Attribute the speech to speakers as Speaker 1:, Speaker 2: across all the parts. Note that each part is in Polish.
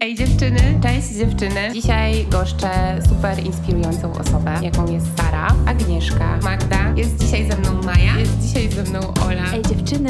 Speaker 1: Ej dziewczyny, cześć dziewczyny. Dzisiaj goszczę super inspirującą osobę, jaką jest Sara, Agnieszka, Magda. Jest dzisiaj ze mną Maja, jest dzisiaj ze mną Ola.
Speaker 2: Ej dziewczyny.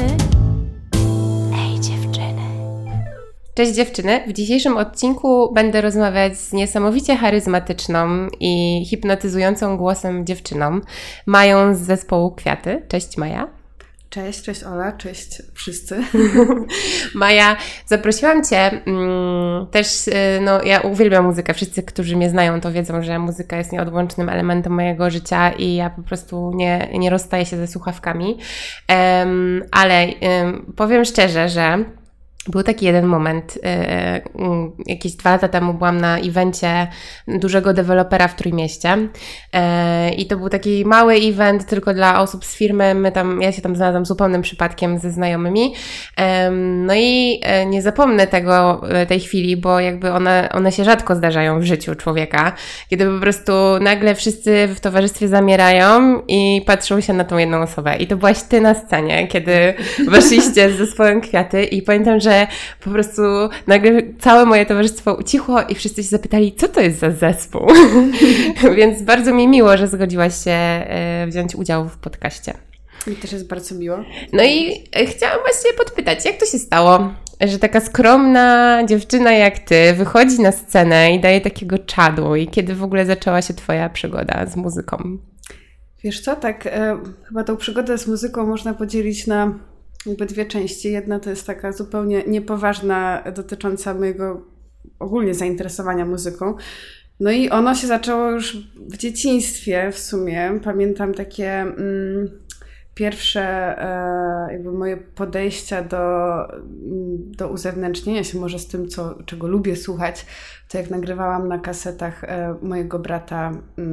Speaker 1: Ej dziewczyny. Cześć dziewczyny. W dzisiejszym odcinku będę rozmawiać z niesamowicie charyzmatyczną i hipnotyzującą głosem dziewczyną, Mają z zespołu Kwiaty. Cześć Maja.
Speaker 3: Cześć Ola, cześć wszyscy.
Speaker 1: Maja, zaprosiłam Cię też, ja uwielbiam muzykę. Wszyscy, którzy mnie znają, to wiedzą, że muzyka jest nieodłącznym elementem mojego życia i ja po prostu nie rozstaję się ze słuchawkami. Ale powiem szczerze, że był taki jeden moment, jakieś 2 lata temu byłam na evencie dużego dewelopera w Trójmieście i to był taki mały event tylko dla osób z firmy. Ja się tam znalazłam zupełnym przypadkiem ze znajomymi. No i nie zapomnę tej chwili, bo jakby one się rzadko zdarzają w życiu człowieka, kiedy po prostu nagle wszyscy w towarzystwie zamierają i patrzą się na tą jedną osobę. I to byłaś Ty na scenie, kiedy weszliście z zespołem Kwiaty i pamiętam, że po prostu nagle całe moje towarzystwo ucichło i wszyscy się zapytali, co to jest za zespół. Więc bardzo mi miło, że zgodziłaś się wziąć udział w podcaście.
Speaker 3: Mi też jest bardzo miło.
Speaker 1: No i chciałam właśnie podpytać, jak to się stało, że taka skromna dziewczyna jak Ty wychodzi na scenę i daje takiego czadu i kiedy w ogóle zaczęła się Twoja przygoda z muzyką?
Speaker 3: Wiesz co, chyba tą przygodę z muzyką można podzielić na jakby 2 części. Jedna to jest taka zupełnie niepoważna, dotycząca mojego ogólnie zainteresowania muzyką. No i ono się zaczęło już w dzieciństwie w sumie. Pamiętam takie pierwsze jakby moje podejścia do uzewnętrznienia się może z tym, czego lubię słuchać, to jak nagrywałam na kasetach mojego brata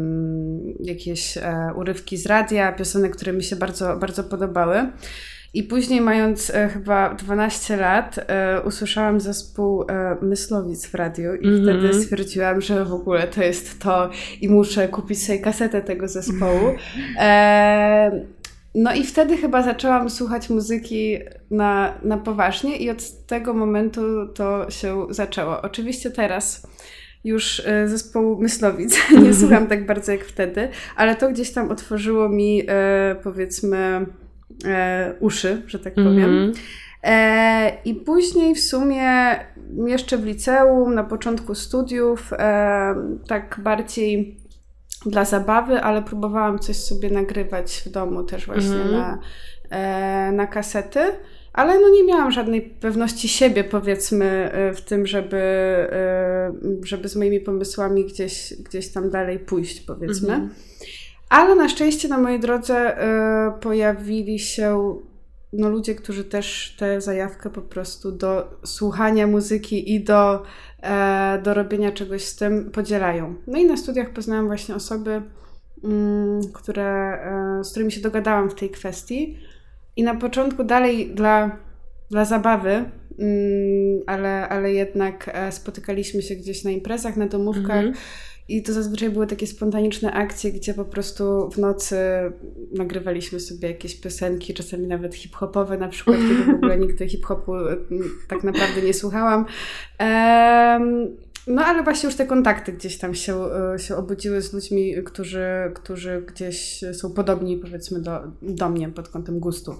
Speaker 3: jakieś urywki z radia, piosenek, które mi się bardzo, bardzo podobały. I później, mając chyba 12 lat, usłyszałam zespół Myslowic w radiu i wtedy stwierdziłam, że w ogóle to jest to i muszę kupić sobie kasetę tego zespołu. No i wtedy chyba zaczęłam słuchać muzyki na poważnie i od tego momentu to się zaczęło. Oczywiście teraz już zespołu Myslowic nie słucham tak bardzo jak wtedy, ale to gdzieś tam otworzyło mi powiedzmy uszy, że tak powiem. I później w sumie jeszcze w liceum, na początku studiów, tak bardziej dla zabawy, ale próbowałam coś sobie nagrywać w domu też właśnie na kasety, ale nie miałam żadnej pewności siebie, powiedzmy, w tym, żeby z moimi pomysłami gdzieś tam dalej pójść, powiedzmy. Ale na szczęście na mojej drodze pojawili się ludzie, którzy też tę zajawkę po prostu do słuchania muzyki i do robienia czegoś z tym podzielają. No i na studiach poznałam właśnie osoby, z którymi się dogadałam w tej kwestii. I na początku dalej dla zabawy, ale jednak spotykaliśmy się gdzieś na imprezach, na domówkach. I to zazwyczaj były takie spontaniczne akcje, gdzie po prostu w nocy nagrywaliśmy sobie jakieś piosenki, czasami nawet hip-hopowe na przykład, kiedy w ogóle nigdy hip-hopu tak naprawdę nie słuchałam. No ale właśnie już te kontakty gdzieś tam się obudziły z ludźmi, którzy gdzieś są podobni, powiedzmy, do mnie pod kątem gustu.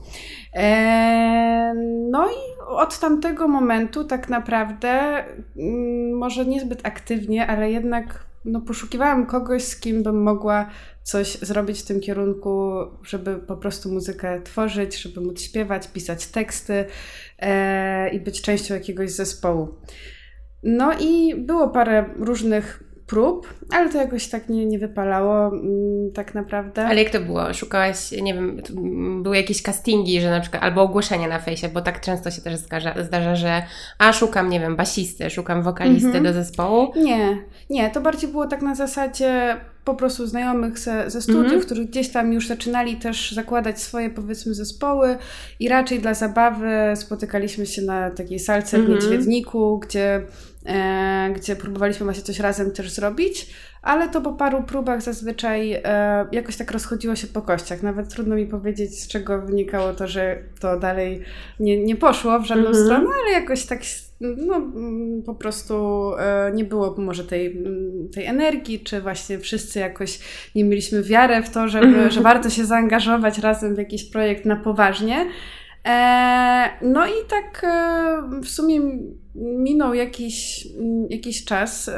Speaker 3: No i od tamtego momentu tak naprawdę, może niezbyt aktywnie, ale jednak poszukiwałam kogoś, z kim bym mogła coś zrobić w tym kierunku, żeby po prostu muzykę tworzyć, żeby móc śpiewać, pisać teksty i być częścią jakiegoś zespołu. No i było parę różnych prób, ale to jakoś tak nie wypalało tak naprawdę.
Speaker 1: Ale jak to było? Szukałaś, nie wiem, były jakieś castingi, że na przykład, albo ogłoszenia na fejsie, bo tak często się też zdarza, że szukam, nie wiem, basisty, szukam wokalisty do zespołu.
Speaker 3: Nie, to bardziej było tak na zasadzie po prostu znajomych ze studiów, którzy gdzieś tam już zaczynali też zakładać swoje, powiedzmy, zespoły i raczej dla zabawy spotykaliśmy się na takiej salce w Niedźwiedniku, gdzie próbowaliśmy właśnie coś razem też zrobić, ale to po paru próbach zazwyczaj jakoś tak rozchodziło się po kościach. Nawet trudno mi powiedzieć, z czego wynikało to, że to dalej nie poszło w żadną stronę, ale jakoś tak no, po prostu nie było może tej energii, czy właśnie wszyscy jakoś nie mieliśmy wiary w to, że warto się zaangażować razem w jakiś projekt na poważnie. No i tak w sumie minął jakiś czas,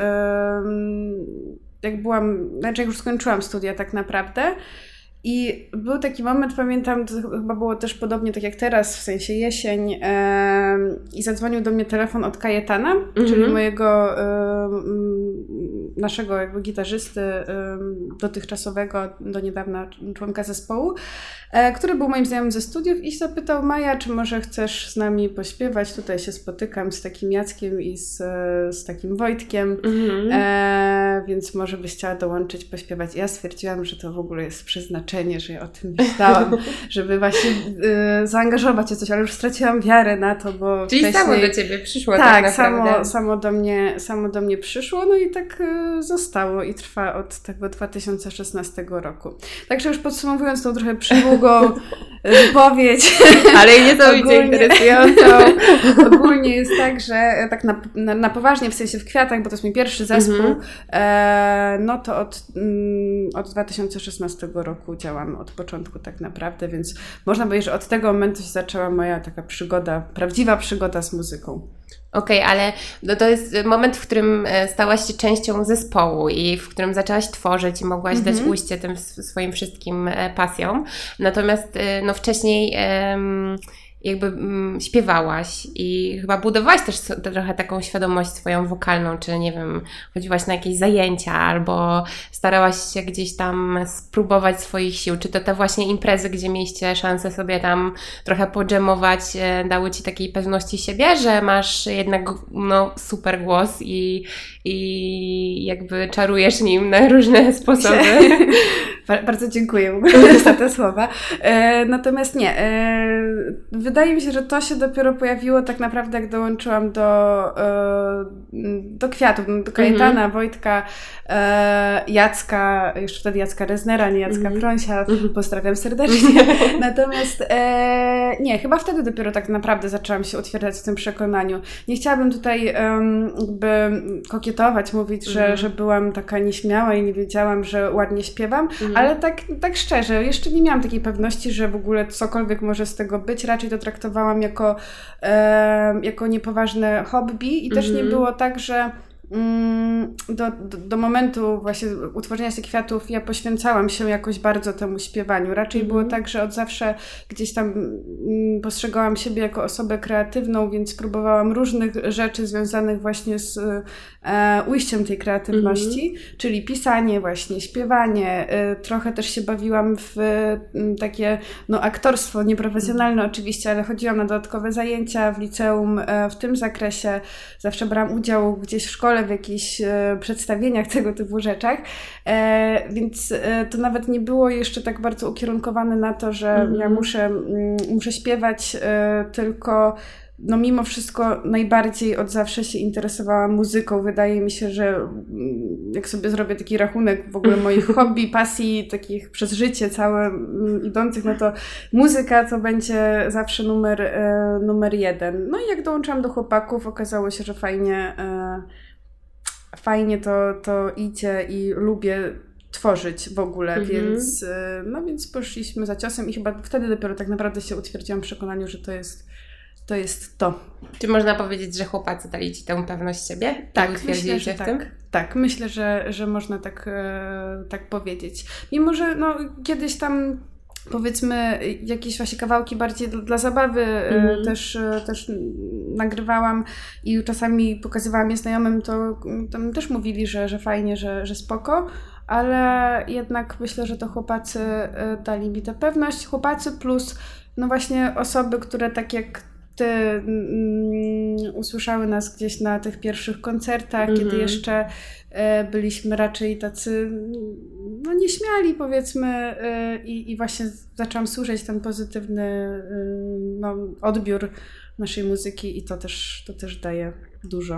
Speaker 3: jak już skończyłam studia tak naprawdę. I był taki moment, pamiętam, to chyba było też podobnie tak jak teraz, w sensie jesień, i zadzwonił do mnie telefon od Kajetana, czyli mojego, naszego jakby gitarzysty, dotychczasowego, do niedawna członka zespołu, który był moim znajomym ze studiów i zapytał: Maja, czy może chcesz z nami pośpiewać? Tutaj się spotykam z takim Jackiem i z takim Wojtkiem, więc może byś chciała dołączyć, pośpiewać. I ja stwierdziłam, że to w ogóle jest przeznaczenie, że ja o tym myślałam, żeby właśnie zaangażować się w coś, ale już straciłam wiarę na to, bo
Speaker 1: czyli
Speaker 3: wcześniej...
Speaker 1: samo do ciebie przyszło tak naprawdę.
Speaker 3: Samo do mnie przyszło, no i tak zostało i trwa od tego 2016 roku. Także już podsumowując tą trochę przydługą wypowiedź,
Speaker 1: ale niesamowicie interesującą.
Speaker 3: Ogólnie jest tak, że tak na poważnie, w sensie w kwiatach, bo to jest mój pierwszy zespół, no to od 2016 roku działam od początku tak naprawdę, więc można powiedzieć, że od tego momentu się zaczęła moja taka prawdziwa przygoda z muzyką.
Speaker 1: Okej, ale to jest moment, w którym stałaś się częścią zespołu i w którym zaczęłaś tworzyć i mogłaś dać ujście tym swoim wszystkim pasjom. Natomiast no wcześniej jakby śpiewałaś i chyba budowałaś też trochę taką świadomość swoją wokalną, czy nie wiem, chodziłaś na jakieś zajęcia albo starałaś się gdzieś tam spróbować swoich sił. Czy to te właśnie imprezy, gdzie mieliście szansę sobie tam trochę podżemować, dały ci takiej pewności siebie, że masz jednak super głos i jakby czarujesz nim na różne sposoby?
Speaker 3: Bardzo dziękuję w ogóle za te słowa. Natomiast nie. Wydaje mi się, że to się dopiero pojawiło tak naprawdę, jak dołączyłam do Kwiatów, do Kajetana, Wojtka, Jacka, jeszcze wtedy Jacka Reznera, nie Jacka Prąsia. Pozdrawiam serdecznie. Natomiast nie, chyba wtedy dopiero tak naprawdę zaczęłam się utwierdzać w tym przekonaniu. Nie chciałabym tutaj jakby kokietować, mówić, że byłam taka nieśmiała i nie wiedziałam, że ładnie śpiewam, ale tak szczerze, jeszcze nie miałam takiej pewności, że w ogóle cokolwiek może z tego być. Raczej to traktowałam jako niepoważne hobby i też nie było tak, że do momentu właśnie utworzenia się Kwiatów ja poświęcałam się jakoś bardzo temu śpiewaniu. Raczej było tak, że od zawsze gdzieś tam postrzegałam siebie jako osobę kreatywną, więc próbowałam różnych rzeczy związanych właśnie z ujściem tej kreatywności, czyli pisanie, właśnie śpiewanie. Trochę też się bawiłam w takie aktorstwo, nieprofesjonalne oczywiście, ale chodziłam na dodatkowe zajęcia w liceum w tym zakresie. Zawsze brałam udział gdzieś w szkole w jakichś przedstawieniach, tego typu rzeczach, więc to nawet nie było jeszcze tak bardzo ukierunkowane na to, że ja muszę śpiewać, tylko mimo wszystko najbardziej od zawsze się interesowałam muzyką. Wydaje mi się, że jak sobie zrobię taki rachunek w ogóle moich hobby, pasji, takich przez życie całe idących, no to muzyka to będzie zawsze numer jeden. No i jak dołączyłam do chłopaków, okazało się, że fajnie to idzie i lubię tworzyć w ogóle, więc poszliśmy za ciosem i chyba wtedy dopiero tak naprawdę się utwierdziłam w przekonaniu, że to jest to.
Speaker 1: Czy można powiedzieć, że chłopacy dali ci tę pewność siebie?
Speaker 3: Tak, myślę, że tak. Tak, myślę, że można tak powiedzieć. Mimo, że kiedyś tam powiedzmy jakieś właśnie kawałki bardziej dla zabawy też nagrywałam i czasami pokazywałam je znajomym, to tam też mówili, że fajnie, że spoko, ale jednak myślę, że to chłopacy dali mi tę pewność. Chłopacy plus właśnie osoby, które tak jak ty usłyszały nas gdzieś na tych pierwszych koncertach, kiedy jeszcze byliśmy raczej tacy nieśmiali, powiedzmy, i właśnie zaczęłam słyszeć ten pozytywny odbiór naszej muzyki i to też daje dużo w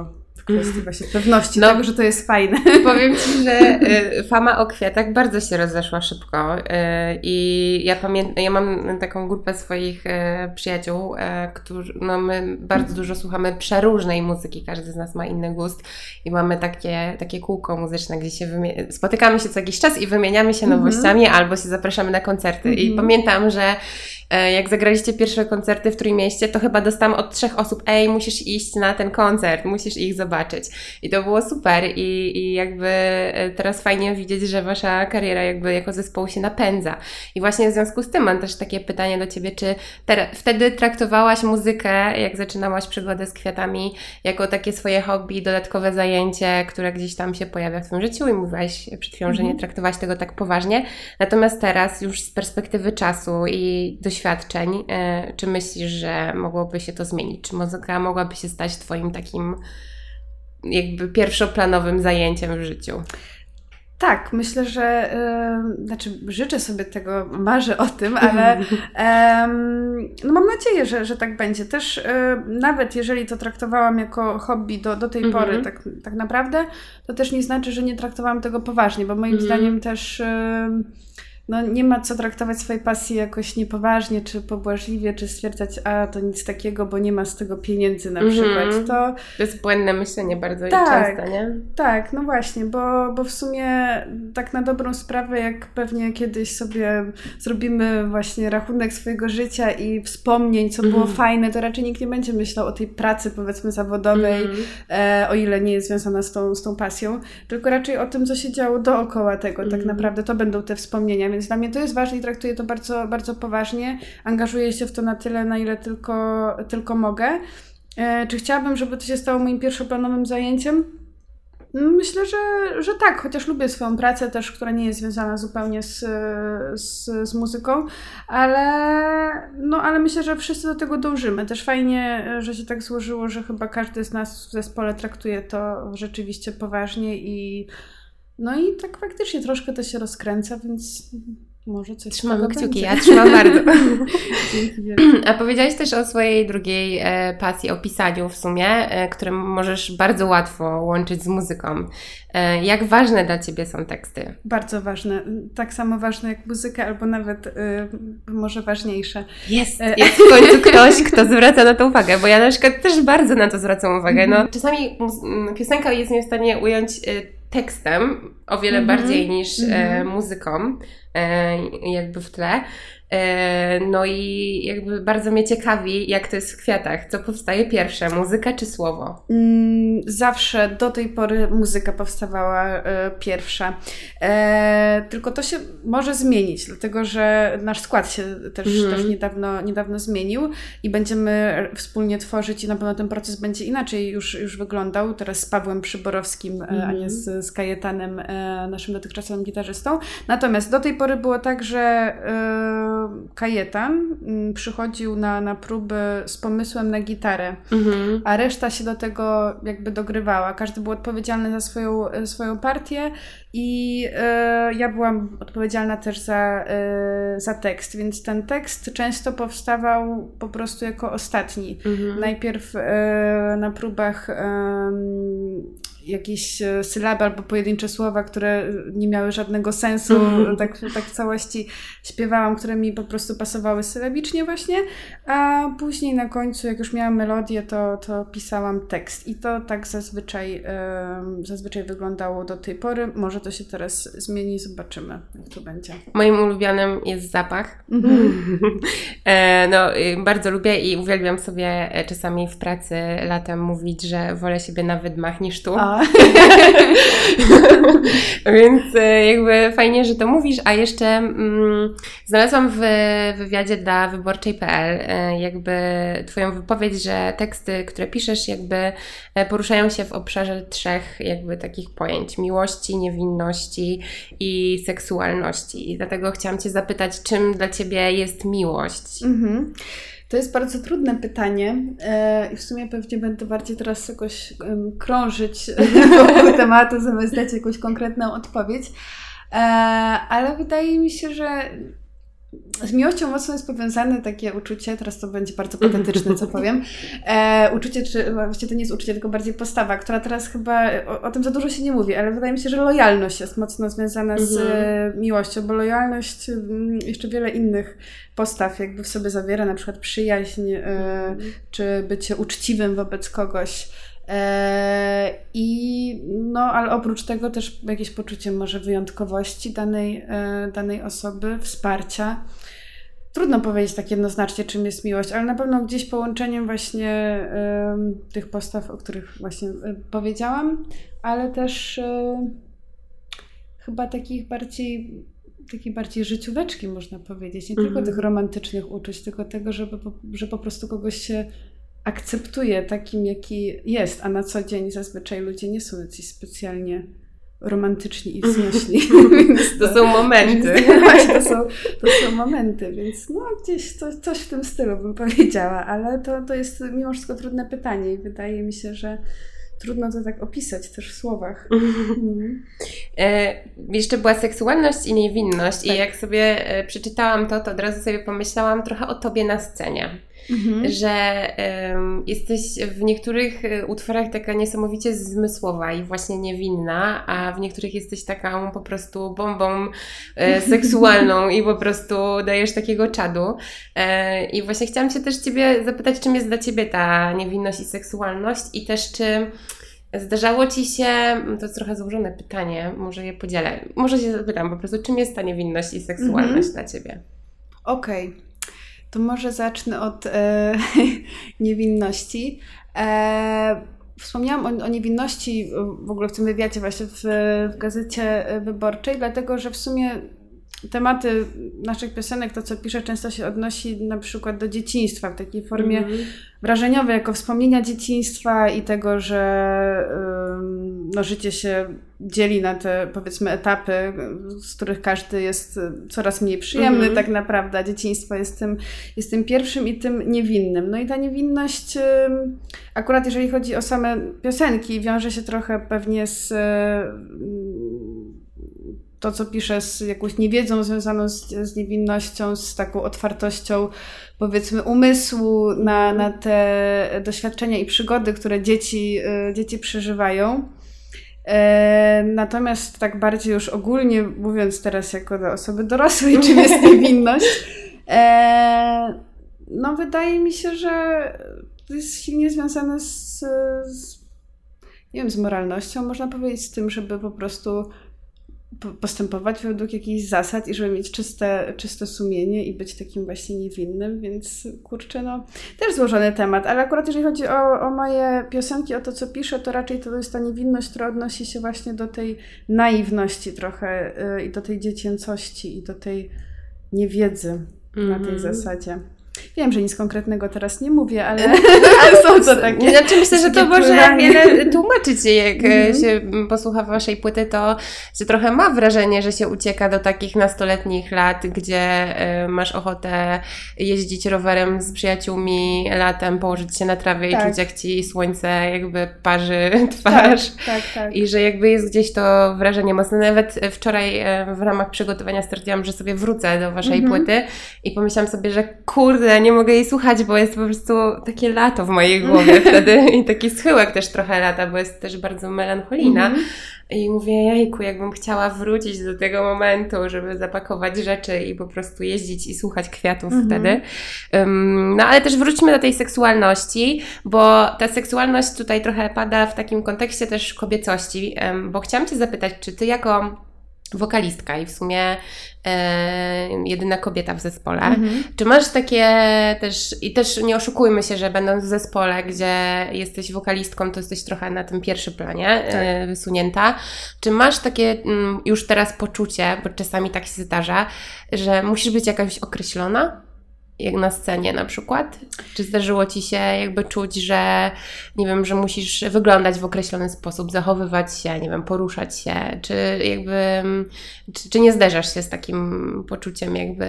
Speaker 3: kwestii właśnie pewności tego, że to jest fajne.
Speaker 1: Powiem Ci, że fama o kwiatach bardzo się rozeszła szybko i ja mam taką grupę swoich przyjaciół, którzy, my bardzo dużo słuchamy przeróżnej muzyki, każdy z nas ma inny gust i mamy takie kółko muzyczne, gdzie się spotykamy się co jakiś czas i wymieniamy się nowościami albo się zapraszamy na koncerty. I pamiętam, że jak zagraliście pierwsze koncerty w Trójmieście, to chyba dostałam od 3 osób: ej, musisz iść na ten koncert, musisz ich zobaczyć. I to było super i jakby teraz fajnie widzieć, że Wasza kariera jakby jako zespołu się napędza. I właśnie w związku z tym mam też takie pytanie do Ciebie, czy wtedy traktowałaś muzykę, jak zaczynałaś przygodę z kwiatami, jako takie swoje hobby, dodatkowe zajęcie, które gdzieś tam się pojawia w Twoim życiu i mówiłaś przed chwilą, że nie traktowałaś tego tak poważnie. Natomiast teraz już z perspektywy czasu i doświadczeń, czy myślisz, że mogłoby się to zmienić? Czy muzyka mogłaby się stać Twoim takim jakby pierwszoplanowym zajęciem w życiu?
Speaker 3: Tak, myślę, że życzę sobie tego, marzę o tym, ale mam nadzieję, że tak będzie. Też nawet jeżeli to traktowałam jako hobby do tej pory tak naprawdę, to też nie znaczy, że nie traktowałam tego poważnie, bo moim zdaniem też nie ma co traktować swojej pasji jakoś niepoważnie, czy pobłażliwie, czy stwierdzać, a to nic takiego, bo nie ma z tego pieniędzy na przykład. To
Speaker 1: jest błędne myślenie bardzo często, nie?
Speaker 3: Tak, no właśnie, bo w sumie tak na dobrą sprawę, jak pewnie kiedyś sobie zrobimy właśnie rachunek swojego życia i wspomnień, co było fajne, to raczej nikt nie będzie myślał o tej pracy, powiedzmy, zawodowej, o ile nie jest związana z tą pasją, tylko raczej o tym, co się działo dookoła tego. Tak naprawdę to będą te wspomnienia. Więc dla mnie to jest ważne i traktuję to bardzo, bardzo poważnie. Angażuję się w to na tyle, na ile tylko mogę. Czy chciałabym, żeby to się stało moim pierwszoplanowym zajęciem? Myślę, że tak, chociaż lubię swoją pracę też, która nie jest związana zupełnie z muzyką, ale myślę, że wszyscy do tego dążymy. Też fajnie, że się tak złożyło, że chyba każdy z nas w zespole traktuje to rzeczywiście poważnie i tak faktycznie troszkę to się rozkręca, więc może coś
Speaker 1: trzymamy kciuki, będzie. Ja trzymam bardzo. A powiedziałaś też o swojej drugiej pasji, o pisaniu w sumie, którym możesz bardzo łatwo łączyć z muzyką. Jak ważne dla Ciebie są teksty?
Speaker 3: Bardzo ważne. Tak samo ważne jak muzyka, albo nawet może ważniejsze.
Speaker 1: Jest w końcu ktoś, kto zwraca na to uwagę, bo ja na przykład też bardzo na to zwracam uwagę. Czasami piosenka jest mnie w stanie ująć tekstem o wiele bardziej niż muzyką, jakby w tle. I jakby bardzo mnie ciekawi, jak to jest w kwiatach. Co powstaje pierwsze, muzyka czy słowo?
Speaker 3: Zawsze do tej pory muzyka powstawała pierwsza. Tylko to się może zmienić, dlatego że nasz skład się też niedawno zmienił i będziemy wspólnie tworzyć i na pewno ten proces będzie inaczej już wyglądał. Teraz z Pawłem Przyborowskim, a nie z Kajetanem, naszym dotychczasowym gitarzystą. Natomiast do tej pory było tak, że Kajetan przychodził na próby z pomysłem na gitarę, a reszta się do tego jakby dogrywała. Każdy był odpowiedzialny za swoją partię i ja byłam odpowiedzialna też za tekst, więc ten tekst często powstawał po prostu jako ostatni. Najpierw na próbach jakieś sylaby albo pojedyncze słowa, które nie miały żadnego sensu, tak w całości śpiewałam, które mi po prostu pasowały sylabicznie właśnie, a później na końcu, jak już miałam melodię, to pisałam tekst i to tak zazwyczaj wyglądało do tej pory. Może to się teraz zmieni, zobaczymy, jak to będzie.
Speaker 1: Moim ulubionym jest zapach. Bardzo lubię i uwielbiam sobie czasami w pracy latem mówić, że wolę siebie na wydmach niż tu. Więc jakby fajnie, że to mówisz, a jeszcze znalazłam w wywiadzie dla wyborczej.pl jakby Twoją wypowiedź, że teksty, które piszesz, jakby poruszają się w obszarze 3 jakby takich pojęć: miłości, niewinności i seksualności. I dlatego chciałam Cię zapytać, czym dla Ciebie jest miłość?
Speaker 3: To jest bardzo trudne pytanie i w sumie pewnie będę bardziej teraz jakoś krążyć wokół tematu, zamiast dać jakąś konkretną odpowiedź, ale wydaje mi się, że z miłością mocno jest powiązane takie uczucie, teraz to będzie bardzo patetyczne, co powiem, uczucie, czy właściwie to nie jest uczucie, tylko bardziej postawa, która teraz chyba, o tym za dużo się nie mówi, ale wydaje mi się, że lojalność jest mocno związana z miłością, bo lojalność jeszcze wiele innych postaw jakby w sobie zawiera, na przykład przyjaźń, czy bycie uczciwym wobec kogoś. Ale oprócz tego też jakieś poczucie może wyjątkowości danej osoby, wsparcia. Trudno powiedzieć tak jednoznacznie, czym jest miłość, ale na pewno gdzieś połączeniem właśnie tych postaw, o których właśnie powiedziałam, ale też chyba takich bardziej życióweczki, można powiedzieć. Nie tylko tych romantycznych uczuć, tylko tego, że po prostu kogoś się akceptuje takim, jaki jest, a na co dzień zazwyczaj ludzie nie są jacyś specjalnie romantyczni i wzniośli.
Speaker 1: To są momenty.
Speaker 3: To są momenty, więc gdzieś coś w tym stylu bym powiedziała, ale to jest mimo wszystko trudne pytanie i wydaje mi się, że trudno to tak opisać też w słowach.
Speaker 1: Jeszcze była seksualność i niewinność
Speaker 3: tak.
Speaker 1: I jak sobie przeczytałam to od razu sobie pomyślałam trochę o tobie na scenie. Że jesteś w niektórych utworach taka niesamowicie zmysłowa i właśnie niewinna, a w niektórych jesteś taką po prostu bombą seksualną i po prostu dajesz takiego czadu. I właśnie chciałam się też ciebie zapytać, czym jest dla ciebie ta niewinność i seksualność i też czy zdarzało ci się, to jest trochę złożone pytanie, może je podzielę, może się zapytam po prostu, czym jest ta niewinność i seksualność dla ciebie?
Speaker 3: Okej. To może zacznę od niewinności. Wspomniałam o niewinności w ogóle w tym wywiadzie właśnie w Gazecie Wyborczej, dlatego że w sumie tematy naszych piosenek, to co piszę, często się odnosi na przykład do dzieciństwa w takiej formie wrażeniowej, jako wspomnienia dzieciństwa i tego, że życie się dzieli na te, powiedzmy, etapy, z których każdy jest coraz mniej przyjemny tak naprawdę, a dzieciństwo jest tym pierwszym i tym niewinnym. No i ta niewinność, akurat jeżeli chodzi o same piosenki, wiąże się trochę pewnie z to, co piszę, z jakąś niewiedzą związaną z niewinnością, z taką otwartością, powiedzmy, umysłu na te doświadczenia i przygody, które dzieci przeżywają. Natomiast tak bardziej już ogólnie mówiąc teraz jako do osoby dorosłej, czym jest niewinność, wydaje mi się, że to jest silnie związane z moralnością, można powiedzieć, z tym, żeby po prostu postępować według jakichś zasad i żeby mieć czyste sumienie i być takim właśnie niewinnym, więc kurczę, też złożony temat, ale akurat jeżeli chodzi o moje piosenki, o to, co piszę, to raczej to jest ta niewinność, która odnosi się właśnie do tej naiwności trochę i do tej dziecięcości i do tej niewiedzy na tej zasadzie. Wiem, że nic konkretnego teraz nie mówię, ale są to takie...
Speaker 1: Znaczy myślę, że to może wiele tłumaczyć, jak się posłucha waszej płyty, to się trochę ma wrażenie, że się ucieka do takich nastoletnich lat, gdzie masz ochotę jeździć rowerem z przyjaciółmi latem, położyć się na trawie i czuć, jak ci słońce jakby parzy twarz.
Speaker 3: Tak.
Speaker 1: I że jakby jest gdzieś to wrażenie mocne. Nawet wczoraj w ramach przygotowania stwierdziłam, że sobie wrócę do waszej płyty i pomyślałam sobie, że kurde, nie mogę jej słuchać, bo jest po prostu takie lato w mojej głowie wtedy i taki schyłek też trochę lata, bo jest też bardzo melancholijna. I mówię, jejku, jakbym chciała wrócić do tego momentu, żeby zapakować rzeczy i po prostu jeździć i słuchać kwiatów wtedy. Ale też wróćmy do tej seksualności, bo ta seksualność tutaj trochę pada w takim kontekście też kobiecości, bo chciałam cię zapytać, czy ty jako wokalistka i w sumie jedyna kobieta w zespole. Czy masz takie też, i też nie oszukujmy się, że będąc w zespole, gdzie jesteś wokalistką, to jesteś trochę na tym pierwszym planie wysunięta. Czy masz takie już teraz poczucie, bo czasami tak się zdarza, że musisz być jakaś określona? Jak na scenie na przykład? Czy zdarzyło ci się jakby czuć, że nie wiem, że musisz wyglądać w określony sposób, zachowywać się, nie wiem, poruszać się, czy jakby, czy nie zderzasz się z takim poczuciem jakby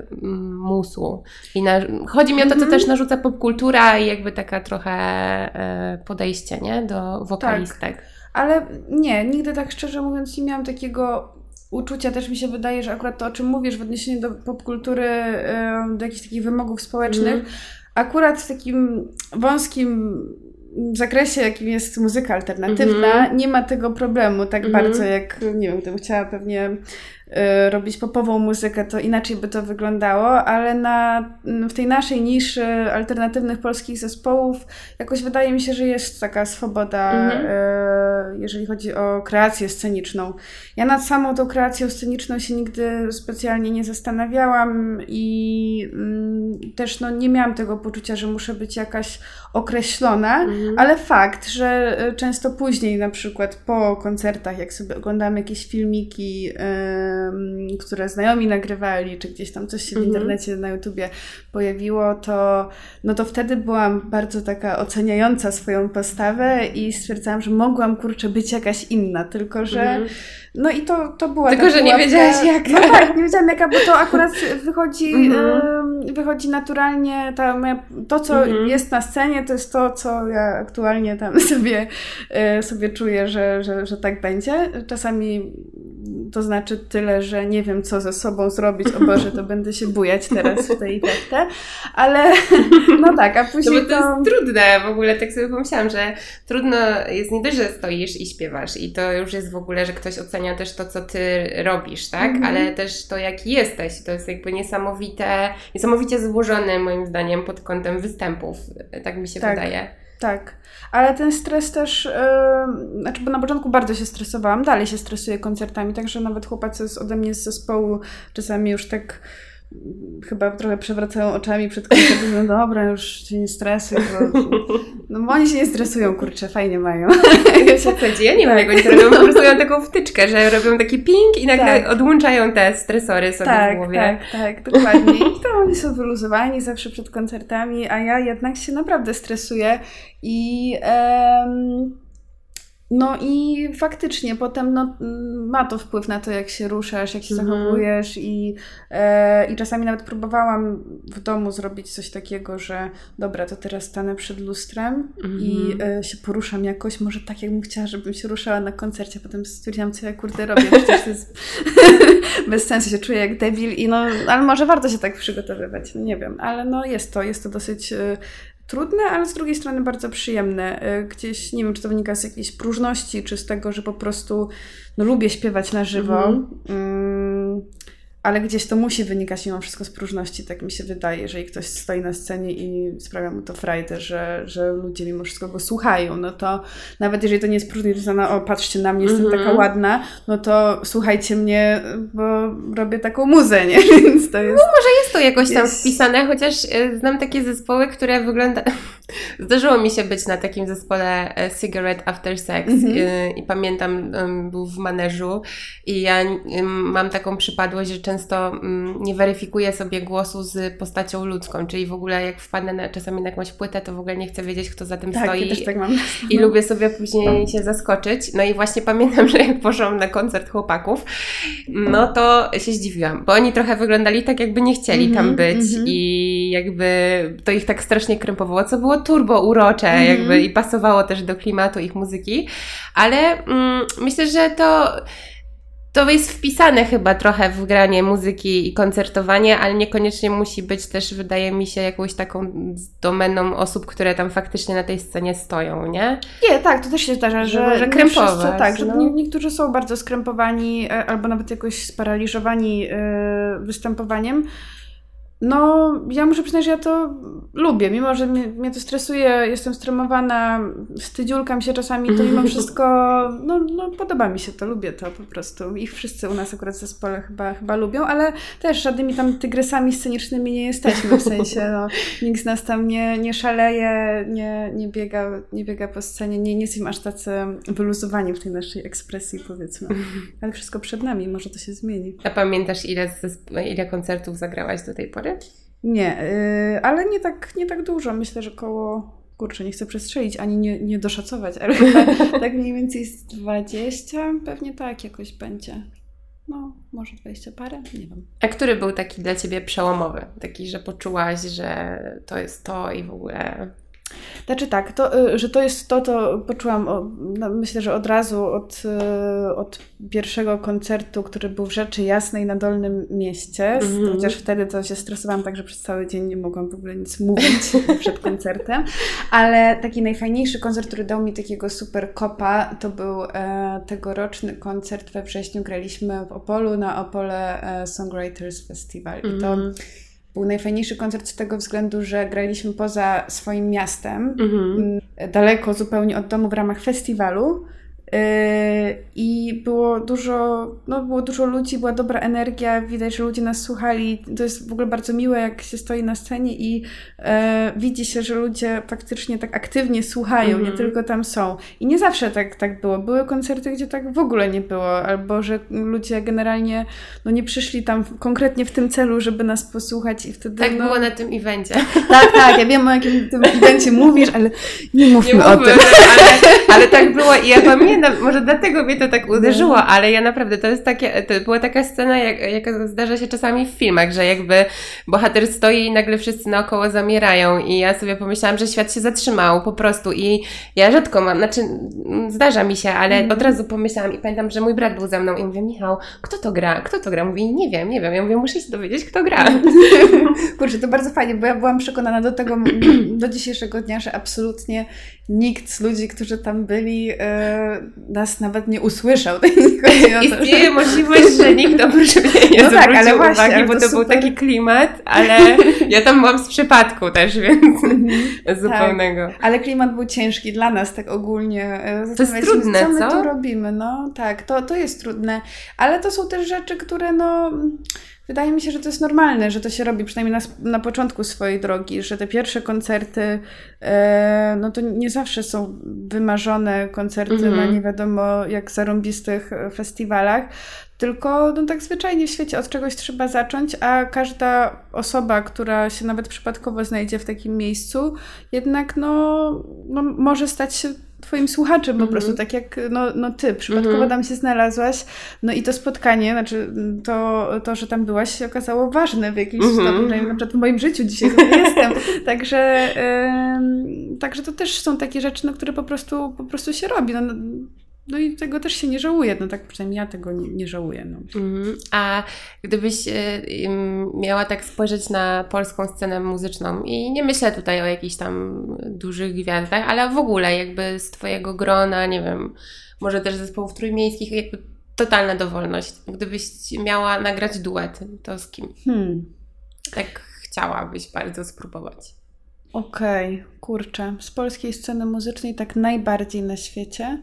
Speaker 1: musu? Chodzi mi o to, co też narzuca popkultura i jakby taka trochę podejście, nie? Do wokalistek.
Speaker 3: Tak. Ale nie, nigdy tak szczerze mówiąc nie miałam takiego uczucia też mi się wydaje, że akurat to, o czym mówisz w odniesieniu do popkultury, do jakichś takich wymogów społecznych, akurat w takim wąskim zakresie, jakim jest muzyka alternatywna, nie ma tego problemu tak bardzo, jak, nie wiem, gdybym chciała pewnie robić popową muzykę, to inaczej by to wyglądało, ale w tej naszej niszy alternatywnych polskich zespołów jakoś wydaje mi się, że jest taka swoboda, jeżeli chodzi o kreację sceniczną. Ja nad samą tą kreacją sceniczną się nigdy specjalnie nie zastanawiałam i też nie miałam tego poczucia, że muszę być jakaś określona, ale fakt, że często później, na przykład po koncertach, jak sobie oglądam jakieś filmiki, które znajomi nagrywali, czy gdzieś tam coś się w internecie na YouTubie pojawiło, to wtedy byłam bardzo taka oceniająca swoją postawę i stwierdzałam, że mogłam, być jakaś inna, tylko że no i to była
Speaker 1: tylko, że nie wiedziałaś jaka.
Speaker 3: No tak, nie wiedziałam jaka, bo to akurat wychodzi naturalnie, to co jest na scenie, to jest to, co ja aktualnie tam sobie czuję, że tak będzie. Czasami to znaczy tyle, że nie wiem, co ze sobą zrobić. O Boże, to będę się bujać teraz w tej teftę. Ale no tak, a później
Speaker 1: to jest trudne w ogóle, tak sobie pomyślałam, że trudno jest nie dość, że stoisz i śpiewasz i to już jest w ogóle, że ktoś ocenia też to, co ty robisz, tak? Ale też to, jaki jesteś. To jest jakby niesamowicie złożone moim zdaniem pod kątem występów. Tak mi się wydaje.
Speaker 3: Tak, ale ten stres też, bo na początku bardzo się stresowałam, dalej się stresuję koncertami, także nawet chłopacy ode mnie z zespołu czasami już tak chyba trochę przewracają oczami przed koncertem, no dobra, już się nie stresuj, bo oni się nie stresują, fajnie mają.
Speaker 1: Ja nie wiem, jak oni to robią, po prostu mają taką wtyczkę, że robią taki ping i nagle odłączają te stresory sobie w głowie. Tak,
Speaker 3: dokładnie. I to oni są wyluzowani zawsze przed koncertami, a ja jednak się naprawdę stresuję i i faktycznie potem ma to wpływ na to, jak się ruszasz, jak się zachowujesz i czasami nawet próbowałam w domu zrobić coś takiego, że dobra, to teraz stanę przed lustrem i się poruszam jakoś, może tak jakbym chciała, żebym się ruszała na koncercie, potem stwierdziłam, co ja robię, przecież to jest bez sensu, się czuję jak debil ale może warto się tak przygotowywać, nie wiem, ale jest to dosyć trudne, ale z drugiej strony bardzo przyjemne. Gdzieś, nie wiem, czy to wynika z jakiejś próżności, czy z tego, że po prostu lubię śpiewać na żywo, ale gdzieś to musi wynikać mimo wszystko z próżności, tak mi się wydaje, jeżeli ktoś stoi na scenie i sprawia mu to frajdę, że ludzie mimo wszystko go słuchają, no to nawet jeżeli to nie jest próżność, to o, patrzcie na mnie, jestem taka ładna, no to słuchajcie mnie, bo robię taką muzę, nie? Więc to jest...
Speaker 1: No może jest to jakoś tam wpisane, chociaż znam takie zespoły, które Zdarzyło mi się być na takim zespole Cigarette After Sex i pamiętam, był w Maneżu i ja mam taką przypadłość, że często nie weryfikuję sobie głosu z postacią ludzką, czyli w ogóle jak wpadnę czasami na jakąś płytę, to w ogóle nie chcę wiedzieć, kto za tym stoi.
Speaker 3: Ja też tak mam.
Speaker 1: I lubię sobie później się zaskoczyć. No i właśnie pamiętam, że jak poszłam na koncert chłopaków, no to się zdziwiłam, bo oni trochę wyglądali tak, jakby nie chcieli tam być i jakby to ich tak strasznie krępowało, co było turbo urocze jakby i pasowało też do klimatu ich muzyki, ale myślę, że to jest wpisane chyba trochę w granie muzyki i koncertowanie, ale niekoniecznie musi być też, wydaje mi się, jakąś taką domeną osób, które tam faktycznie na tej scenie stoją, nie?
Speaker 3: Nie, tak, to też się zdarza, że
Speaker 1: krępować.
Speaker 3: Że niektórzy są bardzo skrępowani albo nawet jakoś sparaliżowani występowaniem. No, ja muszę przyznać, że ja to lubię, mimo że mnie to stresuje, jestem stremowana, wstydziulkam się czasami, to mimo wszystko, podoba mi się to, lubię to po prostu. Ich wszyscy u nas akurat w zespole chyba lubią, ale też żadnymi tam tygrysami scenicznymi nie jesteśmy, w sensie, nikt z nas tam nie szaleje, nie biega po scenie, nie jesteśmy aż tacy wyluzowani w tej naszej ekspresji, powiedzmy. Ale wszystko przed nami, może to się zmieni.
Speaker 1: A pamiętasz, ile koncertów zagrałaś do tej pory?
Speaker 3: Nie, ale nie tak dużo. Myślę, że nie chcę przestrzelić, ani nie doszacować, ale tak mniej więcej z 20, pewnie tak jakoś będzie. No, może 20 parę, nie wiem.
Speaker 1: A który był taki dla Ciebie przełomowy? Taki, że poczułaś, że to jest to i w ogóle...
Speaker 3: Znaczy tak, że to jest to poczułam, myślę, że od razu od pierwszego koncertu, który był w Rzeczy Jasnej na Dolnym Mieście, chociaż wtedy to się stresowałam tak, że przez cały dzień nie mogłam w ogóle nic mówić przed koncertem, ale taki najfajniejszy koncert, który dał mi takiego super kopa, to był tegoroczny koncert we wrześniu, graliśmy w Opolu na Opole Songwriters Festival i to był najfajniejszy koncert z tego względu, że graliśmy poza swoim miastem, daleko zupełnie od domu w ramach festiwalu i było dużo ludzi, była dobra energia, widać, że ludzie nas słuchali. To jest w ogóle bardzo miłe, jak się stoi na scenie i widzi się, że ludzie faktycznie tak aktywnie słuchają, nie tylko tam są. I nie zawsze tak było. Były koncerty, gdzie tak w ogóle nie było, albo że ludzie generalnie nie przyszli tam konkretnie w tym celu, żeby nas posłuchać i wtedy...
Speaker 1: Tak było na tym evencie.
Speaker 3: Tak, ja wiem, o jakim tym evencie mówisz, ale nie mówmy o tym.
Speaker 1: Ale tak było i ja pamiętam, może dlatego mnie to tak uderzyło, ale ja naprawdę, to była taka scena, jaka zdarza się czasami w filmach, że jakby bohater stoi i nagle wszyscy naokoło zamierają i ja sobie pomyślałam, że świat się zatrzymał po prostu i ja rzadko mam, zdarza mi się, ale od razu pomyślałam i pamiętam, że mój brat był ze mną i mówię, Michał, kto to gra? Mówi, nie wiem. Ja mówię, muszę się dowiedzieć, kto gra.
Speaker 3: Kurczę, to bardzo fajnie, bo ja byłam przekonana do dzisiejszego dnia, że absolutnie nikt z ludzi, którzy tam byli, nas nawet nie usłyszał.
Speaker 1: Istnieje możliwość, że nikt oprócz mnie nie zwrócił uwagi, bo to był taki klimat, ale ja tam byłam z przypadku też, więc zupełnego.
Speaker 3: Tak, ale klimat był ciężki dla nas tak ogólnie.
Speaker 1: To jest trudne,
Speaker 3: co my tu robimy? No tak, to jest trudne, ale to są też rzeczy, które wydaje mi się, że to jest normalne, że to się robi przynajmniej na początku swojej drogi, że te pierwsze koncerty to nie zawsze są wymarzone koncerty na nie wiadomo jak zarąbistych festiwalach, tylko tak zwyczajnie w świecie od czegoś trzeba zacząć, a każda osoba, która się nawet przypadkowo znajdzie w takim miejscu, jednak może stać się twoim słuchaczem po prostu, tak jak ty przypadkowo tam się znalazłaś, i to spotkanie, znaczy to, że tam byłaś się okazało ważne w jakiś stopniu, na przykład w moim życiu dzisiaj to jestem, także to też są takie rzeczy, które po prostu się robi, no i tego też się nie żałuje, tak przynajmniej ja tego nie żałuję.
Speaker 1: A gdybyś miała tak spojrzeć na polską scenę muzyczną i nie myślę tutaj o jakichś tam dużych gwiazdach, ale w ogóle jakby z twojego grona, nie wiem, może też zespołów trójmiejskich, jakby totalna dowolność. Gdybyś miała nagrać duet, to z kim? Tak chciałabyś bardzo spróbować.
Speaker 3: Okej, kurczę. Z polskiej sceny muzycznej tak najbardziej na świecie.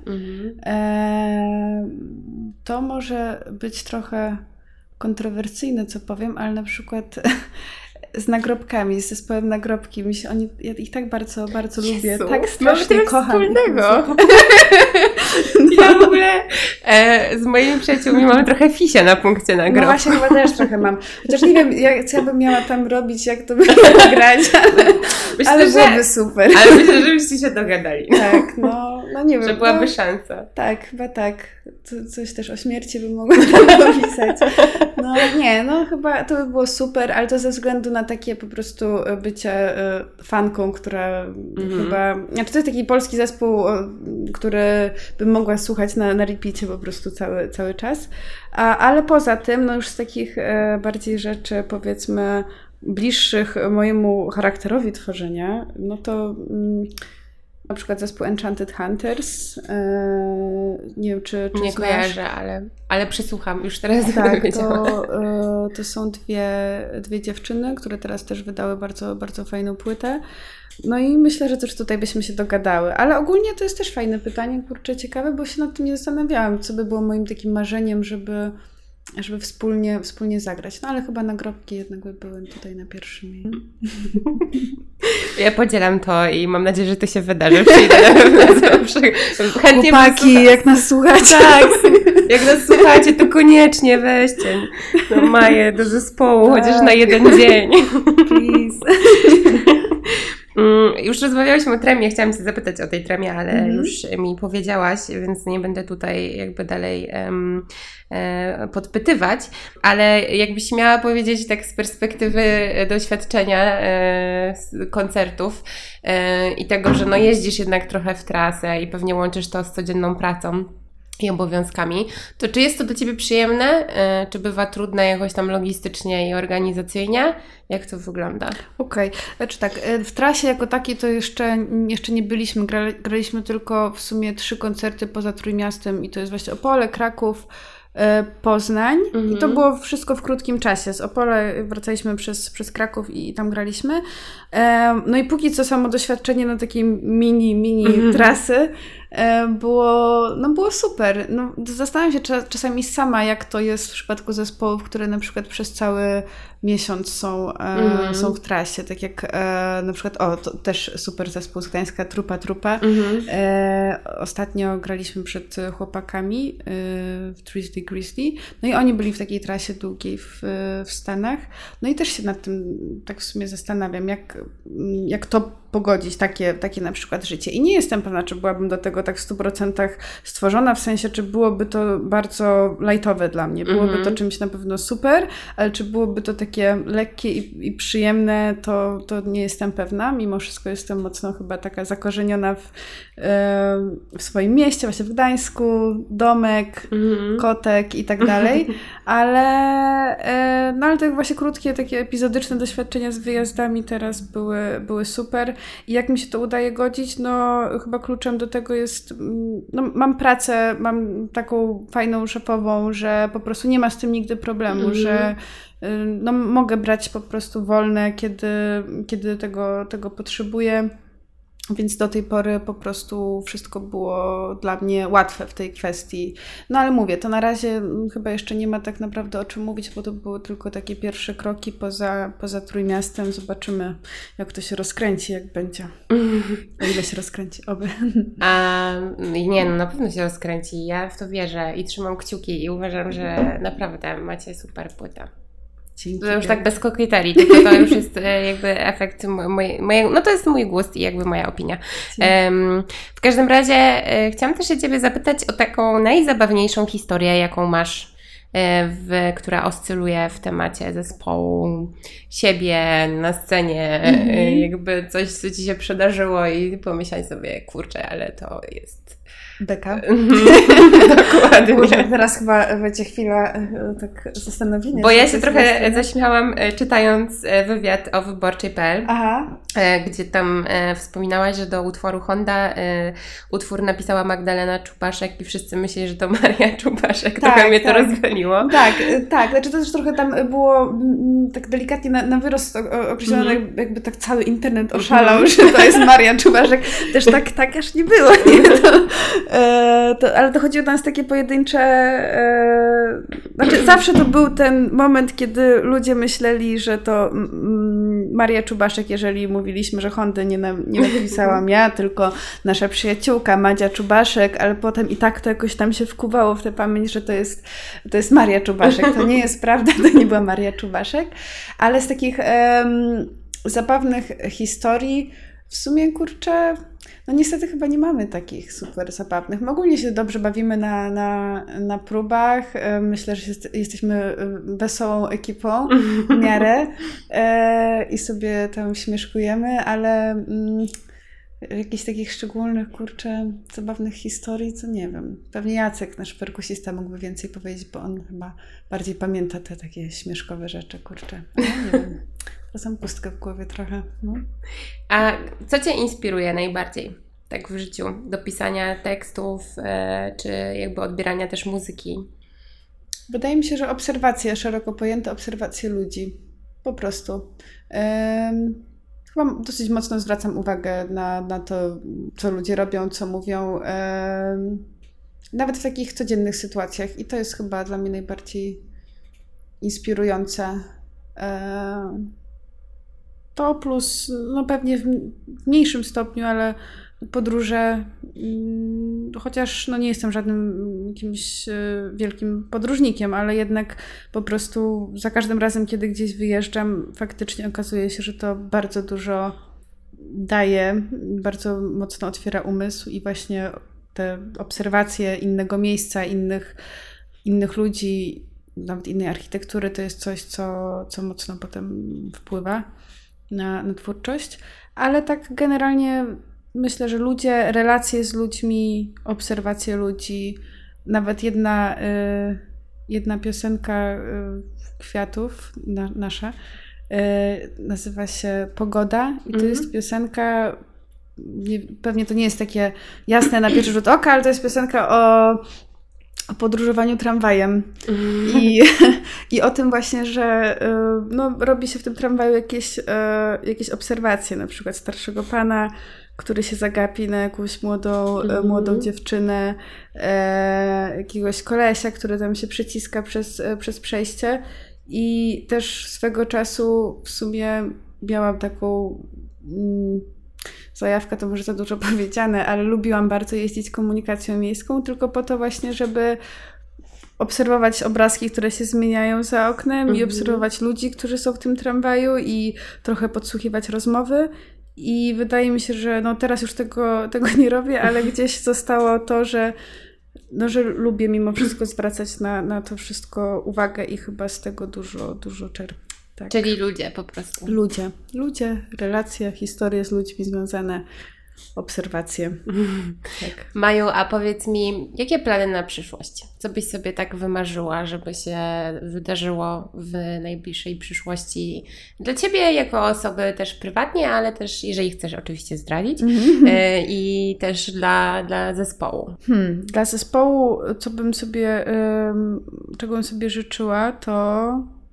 Speaker 3: To może być trochę kontrowersyjne, co powiem, ale na przykład z Nagrobkami, z zespołem Nagrobki. Ja ich tak bardzo, bardzo lubię. Tak strasznie kocham.
Speaker 1: Ja w ogóle z moimi przyjaciółmi mamy trochę fisia na punkcie Nagrobków.
Speaker 3: No właśnie, chyba też trochę mam. Chociaż nie wiem, co ja bym miała tam robić, jak to by grać, ale byłoby super.
Speaker 1: Ale myślę, że byście się dogadali.
Speaker 3: Tak, nie wiem.
Speaker 1: Że byłaby szansa.
Speaker 3: Tak, chyba tak. Coś też o śmierci bym mogła napisać. Chyba to by było super, ale to ze względu na takie po prostu bycie fanką, która chyba... Znaczy to jest taki polski zespół, który bym mogła słuchać na repeacie po prostu cały czas. Ale poza tym, już z takich bardziej rzeczy, powiedzmy, bliższych mojemu charakterowi tworzenia, to... Na przykład zespół Enchanted Hunters. Nie wiem, czy
Speaker 1: nie
Speaker 3: znasz.
Speaker 1: Kojarzę, ale przesłucham już teraz.
Speaker 3: Tak, to są dwie dziewczyny, które teraz też wydały bardzo, bardzo fajną płytę. I myślę, że też tutaj byśmy się dogadały. Ale ogólnie to jest też fajne pytanie, kurczę, ciekawe, bo się nad tym nie zastanawiałam, co by było moim takim marzeniem, żeby wspólnie zagrać. Ale chyba Nagrobki jednak by były tutaj na pierwszym miejscu.
Speaker 1: Ja podzielam to i mam nadzieję, że to się wydarzy. Przyjdę na pewno zawsze. Chętnie
Speaker 3: chłopaki, jak nas słuchacie.
Speaker 1: Tak, jak nas słuchacie, to koniecznie weźcie Maję do zespołu, chociaż na jeden dzień.
Speaker 3: Please.
Speaker 1: Już rozmawiałyśmy o tremie, chciałam Cię zapytać o tej tremie, ale już mi powiedziałaś, więc nie będę tutaj jakby dalej podpytywać, ale jakbyś miała powiedzieć tak z perspektywy doświadczenia koncertów i tego, że no jeździsz jednak trochę w trasę i pewnie łączysz to z codzienną pracą i obowiązkami, to czy jest to dla Ciebie przyjemne? Czy bywa trudne jakoś tam logistycznie i organizacyjnie? Jak to wygląda?
Speaker 3: Okej. Znaczy tak, w trasie jako takiej to jeszcze nie byliśmy. Graliśmy tylko w sumie 3 koncerty poza Trójmiastem i to jest właśnie Opole, Kraków, Poznań i to było wszystko w krótkim czasie. Z Opole wracaliśmy przez Kraków i tam graliśmy. No i póki co samo doświadczenie na takiej mini trasy było super. No, zastanawiam się czasami sama, jak to jest w przypadku zespołów, które na przykład przez cały miesiąc są w trasie. Tak jak na przykład, to też super zespół z Gdańska, Trupa. Ostatnio graliśmy przed chłopakami w Grizzly. No i oni byli w takiej trasie długiej w Stanach. No i też się nad tym tak w sumie zastanawiam, jak to pogodzić, takie na przykład życie. I nie jestem pewna, czy byłabym do tego tak w 100% stworzona, w sensie, czy byłoby to bardzo lightowe dla mnie. Byłoby to czymś na pewno super, ale czy byłoby to takie lekkie i przyjemne, to nie jestem pewna. Mimo wszystko jestem mocno chyba taka zakorzeniona w swoim mieście, właśnie w Gdańsku, domek, kotek i tak dalej. Ale te właśnie krótkie, takie epizodyczne doświadczenia z wyjazdami teraz były super. I jak mi się to udaje godzić, no chyba kluczem do tego jest, no mam pracę, mam taką fajną szefową, że po prostu nie ma z tym nigdy problemu, że no mogę brać po prostu wolne, kiedy tego potrzebuję. Więc do tej pory po prostu wszystko było dla mnie łatwe w tej kwestii. No ale mówię, to na razie chyba jeszcze nie ma tak naprawdę o czym mówić, bo to były tylko takie pierwsze kroki poza Trójmiastem. Zobaczymy, jak to się rozkręci, jak będzie. O ile się rozkręci, oby.
Speaker 1: Nie, no na pewno się rozkręci. Ja w to wierzę i trzymam kciuki i uważam, że naprawdę macie super płytę.
Speaker 3: Dzięki.
Speaker 1: To już tak bez kokieterii, tylko to już jest jakby efekt mojego, no to jest mój gust i jakby moja opinia. W każdym razie chciałam też się Ciebie zapytać o taką najzabawniejszą historię, jaką masz, która oscyluje w temacie zespołu, siebie na scenie, jakby coś, co Ci się przydarzyło i pomyśleć sobie, kurczę, ale to jest...
Speaker 3: Beka.
Speaker 1: Dokładnie.
Speaker 3: Może teraz chyba będzie chwila tak zastanowienia.
Speaker 1: Bo ja się trochę zaśmiałam czytając wywiad o Wyborczej.pl, gdzie tam wspominałaś, że do utworu Honda utwór napisała Magdalena Czubaszek i wszyscy myśleli, że to Maria Czubaszek. Trochę mnie to rozwaliło.
Speaker 3: Tak. Znaczy to też trochę tam było tak delikatnie na wyrost określone, jakby tak cały internet oszalał, że to jest Maria Czubaszek. Też tak aż nie było. Nie? Ale to chodziło o nas takie pojedyncze... Znaczy zawsze to był ten moment, kiedy ludzie myśleli, że to Maria Czubaszek, jeżeli mówiliśmy, że Hondy nie napisałam ja, tylko nasza przyjaciółka Madzia Czubaszek, ale potem i tak to jakoś tam się wkuwało w tę pamięć, że to jest Maria Czubaszek. To nie jest prawda, to nie była Maria Czubaszek. Ale z takich zabawnych historii w sumie, kurczę, no niestety chyba nie mamy takich super zabawnych. My ogólnie się dobrze bawimy na próbach. Myślę, że jesteśmy wesołą ekipą w miarę i sobie tam śmieszkujemy, ale jakichś takich szczególnych, kurczę, zabawnych historii, co nie wiem. Pewnie Jacek, nasz perkusista, mógłby więcej powiedzieć, bo on chyba bardziej pamięta te takie śmieszkowe rzeczy, kurczę. Ja nie wiem. Czasem pustkę w głowie trochę. No.
Speaker 1: A co Cię inspiruje najbardziej tak w życiu? Do pisania tekstów, czy jakby odbierania też muzyki?
Speaker 3: Wydaje mi się, że obserwacje, szeroko pojęte obserwacje ludzi. Po prostu. Chyba dosyć mocno zwracam uwagę na to, co ludzie robią, co mówią. Nawet w takich codziennych sytuacjach. I to jest chyba dla mnie najbardziej inspirujące. To plus, no pewnie w mniejszym stopniu, ale podróże, chociaż no nie jestem żadnym jakimś wielkim podróżnikiem, ale jednak po prostu za każdym razem, kiedy gdzieś wyjeżdżam, faktycznie okazuje się, że to bardzo dużo daje, bardzo mocno otwiera umysł i właśnie te obserwacje innego miejsca, innych ludzi, nawet innej architektury, to jest coś, co mocno potem wpływa na twórczość. Ale tak generalnie myślę, że ludzie, relacje z ludźmi, obserwacje ludzi, nawet jedna piosenka Kwiatów, nasza, nazywa się Pogoda i to jest piosenka, pewnie to nie jest takie jasne na pierwszy rzut oka, ale to jest piosenka o podróżowaniu tramwajem i o tym właśnie, że robi się w tym tramwaju jakieś obserwacje, na przykład starszego pana, który się zagapi na jakąś młodą dziewczynę, jakiegoś kolesia, który tam się przyciska przez przejście. I też swego czasu w sumie miałam taką zajawkę, to może za dużo powiedziane, ale lubiłam bardzo jeździć komunikacją miejską, tylko po to właśnie, żeby obserwować obrazki, które się zmieniają za oknem i obserwować ludzi, którzy są w tym tramwaju i trochę podsłuchiwać rozmowy. I wydaje mi się, że teraz już tego nie robię, ale gdzieś zostało to, że lubię mimo wszystko zwracać na to wszystko uwagę i chyba z tego dużo czerpię. Tak.
Speaker 1: Czyli ludzie po prostu.
Speaker 3: Ludzie, relacje, historie z ludźmi związane, obserwacje. Tak.
Speaker 1: Maju, a powiedz mi, jakie plany na przyszłość? Co byś sobie tak wymarzyła, żeby się wydarzyło w najbliższej przyszłości dla Ciebie jako osoby też prywatnie, ale też, jeżeli chcesz oczywiście zdradzić, i też dla zespołu.
Speaker 3: Dla zespołu, czego bym sobie życzyła, to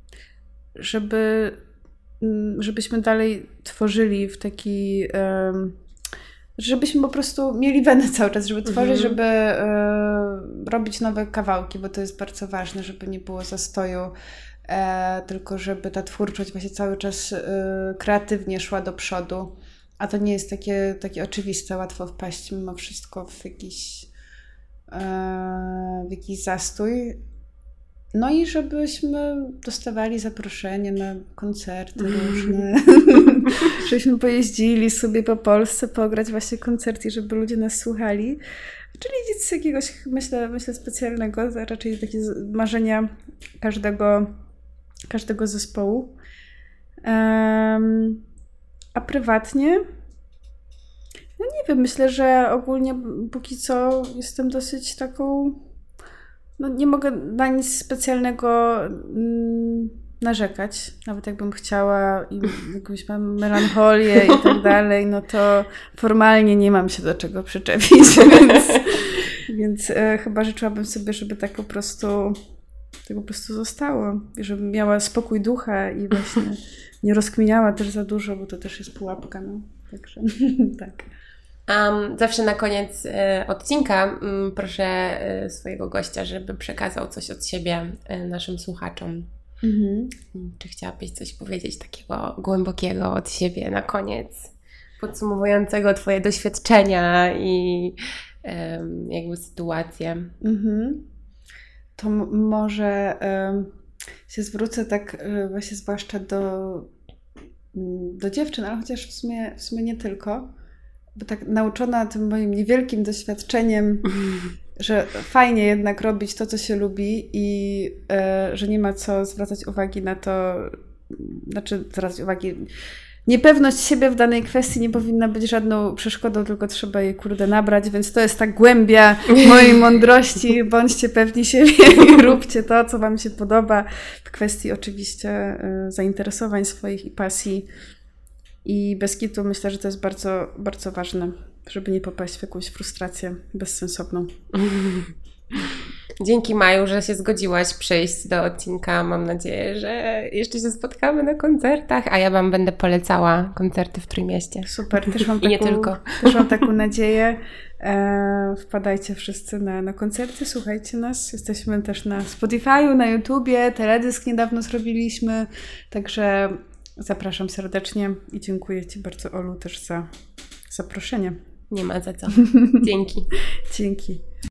Speaker 3: żebyśmy dalej tworzyli w taki... żebyśmy po prostu mieli wenę cały czas, żeby tworzyć, żeby robić nowe kawałki, bo to jest bardzo ważne, żeby nie było zastoju, tylko żeby ta twórczość właśnie cały czas kreatywnie szła do przodu, a to nie jest takie oczywiste, łatwo wpaść mimo wszystko w jakiś zastój. No i żebyśmy dostawali zaproszenie na koncerty różne, żebyśmy pojeździli sobie po Polsce, pograć właśnie koncerty, żeby ludzie nas słuchali. Czyli nic z jakiegoś, myślę specjalnego, raczej takie marzenia każdego zespołu. A prywatnie? No nie wiem, myślę, że ogólnie póki co jestem dosyć taką... nie mogę na nic specjalnego narzekać, nawet jakbym chciała i jakąś mam melancholię i tak dalej, to formalnie nie mam się do czego przyczepić, więc chyba życzyłabym sobie, żeby tak po prostu zostało, żebym miała spokój ducha i właśnie nie rozkminiała też za dużo, bo to też jest pułapka, także tak.
Speaker 1: Zawsze na koniec odcinka proszę swojego gościa, żeby przekazał coś od siebie naszym słuchaczom. Czy chciałabyś coś powiedzieć takiego głębokiego od siebie na koniec, podsumowującego Twoje doświadczenia i jakby sytuację?
Speaker 3: To może się zwrócę tak właśnie zwłaszcza do dziewczyn, ale chociaż w sumie nie tylko. Bo tak nauczona tym moim niewielkim doświadczeniem, że fajnie jednak robić to, co się lubi i że nie ma co zwracać uwagi na to, zwracać uwagi, niepewność siebie w danej kwestii nie powinna być żadną przeszkodą, tylko trzeba jej nabrać, więc to jest ta głębia mojej mądrości. Bądźcie pewni siebie i róbcie to, co Wam się podoba w kwestii oczywiście zainteresowań swoich i pasji. I bez kitu myślę, że to jest bardzo, bardzo ważne, żeby nie popaść w jakąś frustrację bezsensowną.
Speaker 1: Dzięki Maju, że się zgodziłaś przyjść do odcinka. Mam nadzieję, że jeszcze się spotkamy na koncertach, a ja Wam będę polecała koncerty w Trójmieście.
Speaker 3: Super, też mam
Speaker 1: I nie tylko.
Speaker 3: Też mam taką nadzieję. Wpadajcie wszyscy na koncerty, słuchajcie nas. Jesteśmy też na Spotify'u, na YouTubie, teledysk niedawno zrobiliśmy, także zapraszam serdecznie i dziękuję Ci bardzo, Olu, też za zaproszenie.
Speaker 1: Nie ma za co. Dzięki.
Speaker 3: Dzięki.